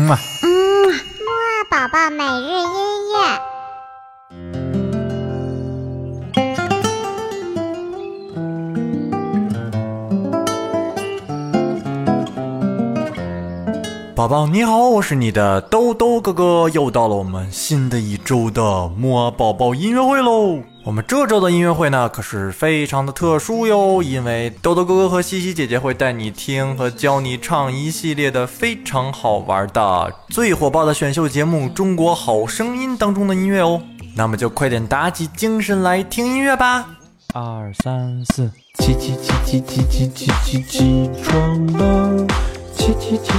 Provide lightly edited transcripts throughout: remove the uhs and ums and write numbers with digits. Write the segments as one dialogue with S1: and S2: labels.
S1: 木啊
S2: 宝宝每日音乐。
S1: 宝宝你好，我是你的豆豆哥哥，又到了我们新的一周的摸宝宝音乐会喽。我们这周的音乐会呢可是非常的特殊哟，因为豆豆哥哥和西西姐姐会带你听和教你唱一系列的非常好玩的最火爆的选秀节目《中国好声音》当中的音乐哦。那么就快点打起精神来听音乐吧。2、3、4，起床了，起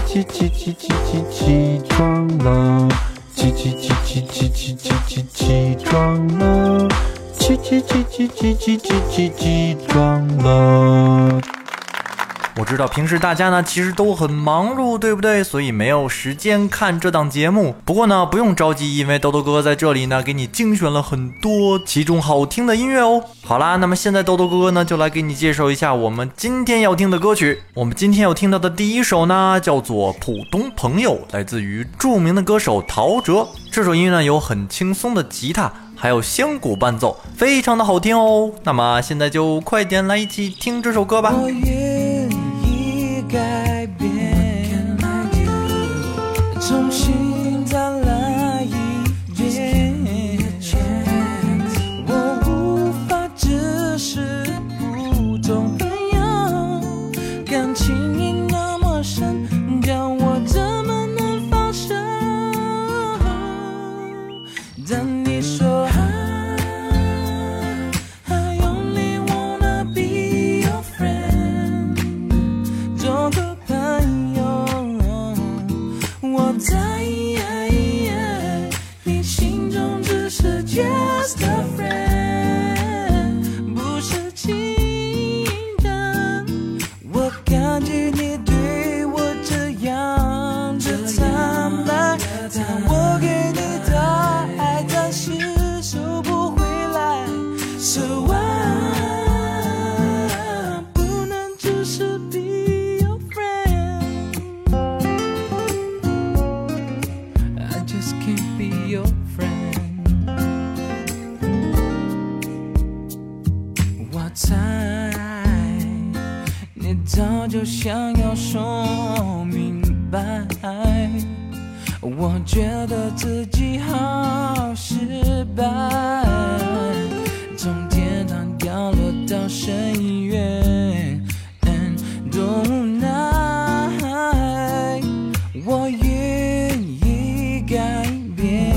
S1: 床了，起床了，起床了。我知道平时大家呢其实都很忙碌，对不对？所以没有时间看这档节目。不过呢不用着急，因为豆豆哥哥在这里呢给你精选了很多其中好听的音乐哦。好啦，那么现在豆豆哥哥呢就来给你介绍一下我们今天要听的歌曲。我们今天要听到的第一首呢叫做《普通朋友》，来自于著名的歌手陶喆。这首音乐呢有很轻松的吉他还有香鼓伴奏，非常的好听哦。那么现在就快点来一起听这首歌吧。
S3: 我愿意改变，重新再来一遍，我无法只是普通朋友，感情已那么深，叫我怎么能放手？但你说I only wanna be your friend， 做个朋友，我在你心中只是 just a friend， 不是情人。我感激你对我这样的坦白，但我给你的爱暂时收不回来， So I 不能只是 be your friend， I just can't be your friend。 我猜你早就想要说明白，我觉得自己好失败，从天堂掉落到深渊，无奈我愿意改变，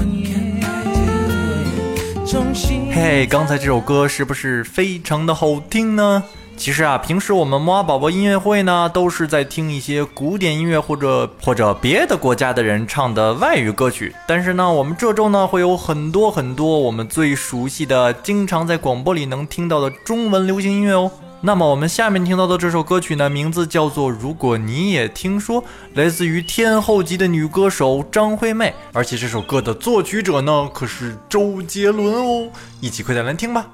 S3: 重新。
S1: 嘿，刚才这首歌是不是非常的好听呢？其实啊，平时我们摩阿宝宝音乐会呢，都是在听一些古典音乐或者别的国家的人唱的外语歌曲。但是呢，我们这周呢会有很多我们最熟悉的、经常在广播里能听到的中文流行音乐哦。那么我们下面听到的这首歌曲呢，名字叫做《如果你也听说》，来自于天后级的女歌手张惠妹，而且这首歌的作曲者呢可是周杰伦哦。一起快点来听吧。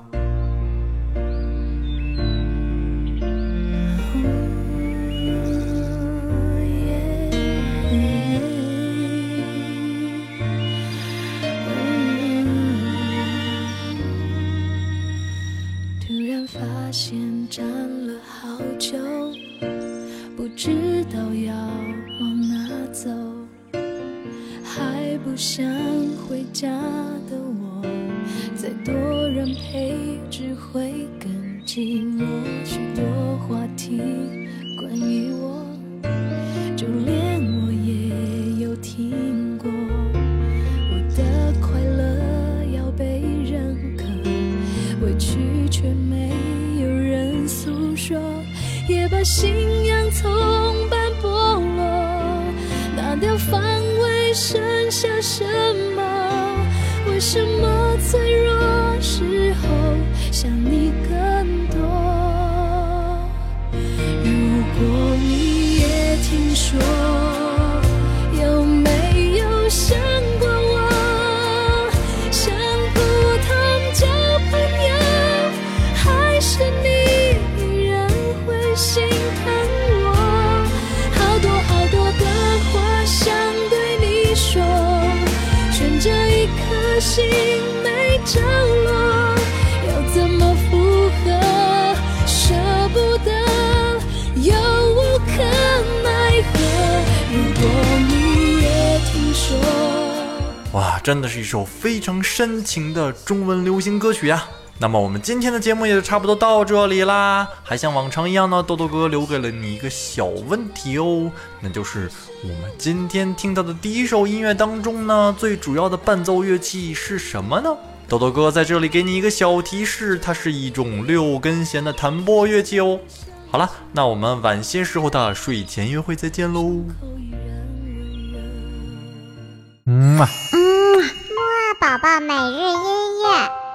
S4: 发现站了好久，不知道要往哪走，还不想回家的我，再多人陪只会更寂寞。许多话题关于我，就连我也有听过，我的快乐要被认可，委屈却没有人诉说，也把信仰从般剥落，拿掉防卫剩下什么？为什么脆弱时候想你更多？如果你也听说，有没有想过我？像普通交朋友，还是你依然会心疼我？好多的话想对你的心没着落，要怎么附和？舍不得，又无可奈何。如果你也听说，
S1: 哇，真的是一首非常深情的中文流行歌曲呀。那么我们今天的节目也就差不多到这里啦，还像往常一样呢，豆豆哥留给了你一个小问题哦，那就是我们今天听到的第一首音乐当中呢，最主要的伴奏乐器是什么呢？豆豆哥在这里给你一个小提示，它是一种6根弦的弹拨乐器哦。好了，那我们晚些时候的睡前约会再见喽。
S2: 木啊宝宝每日音乐。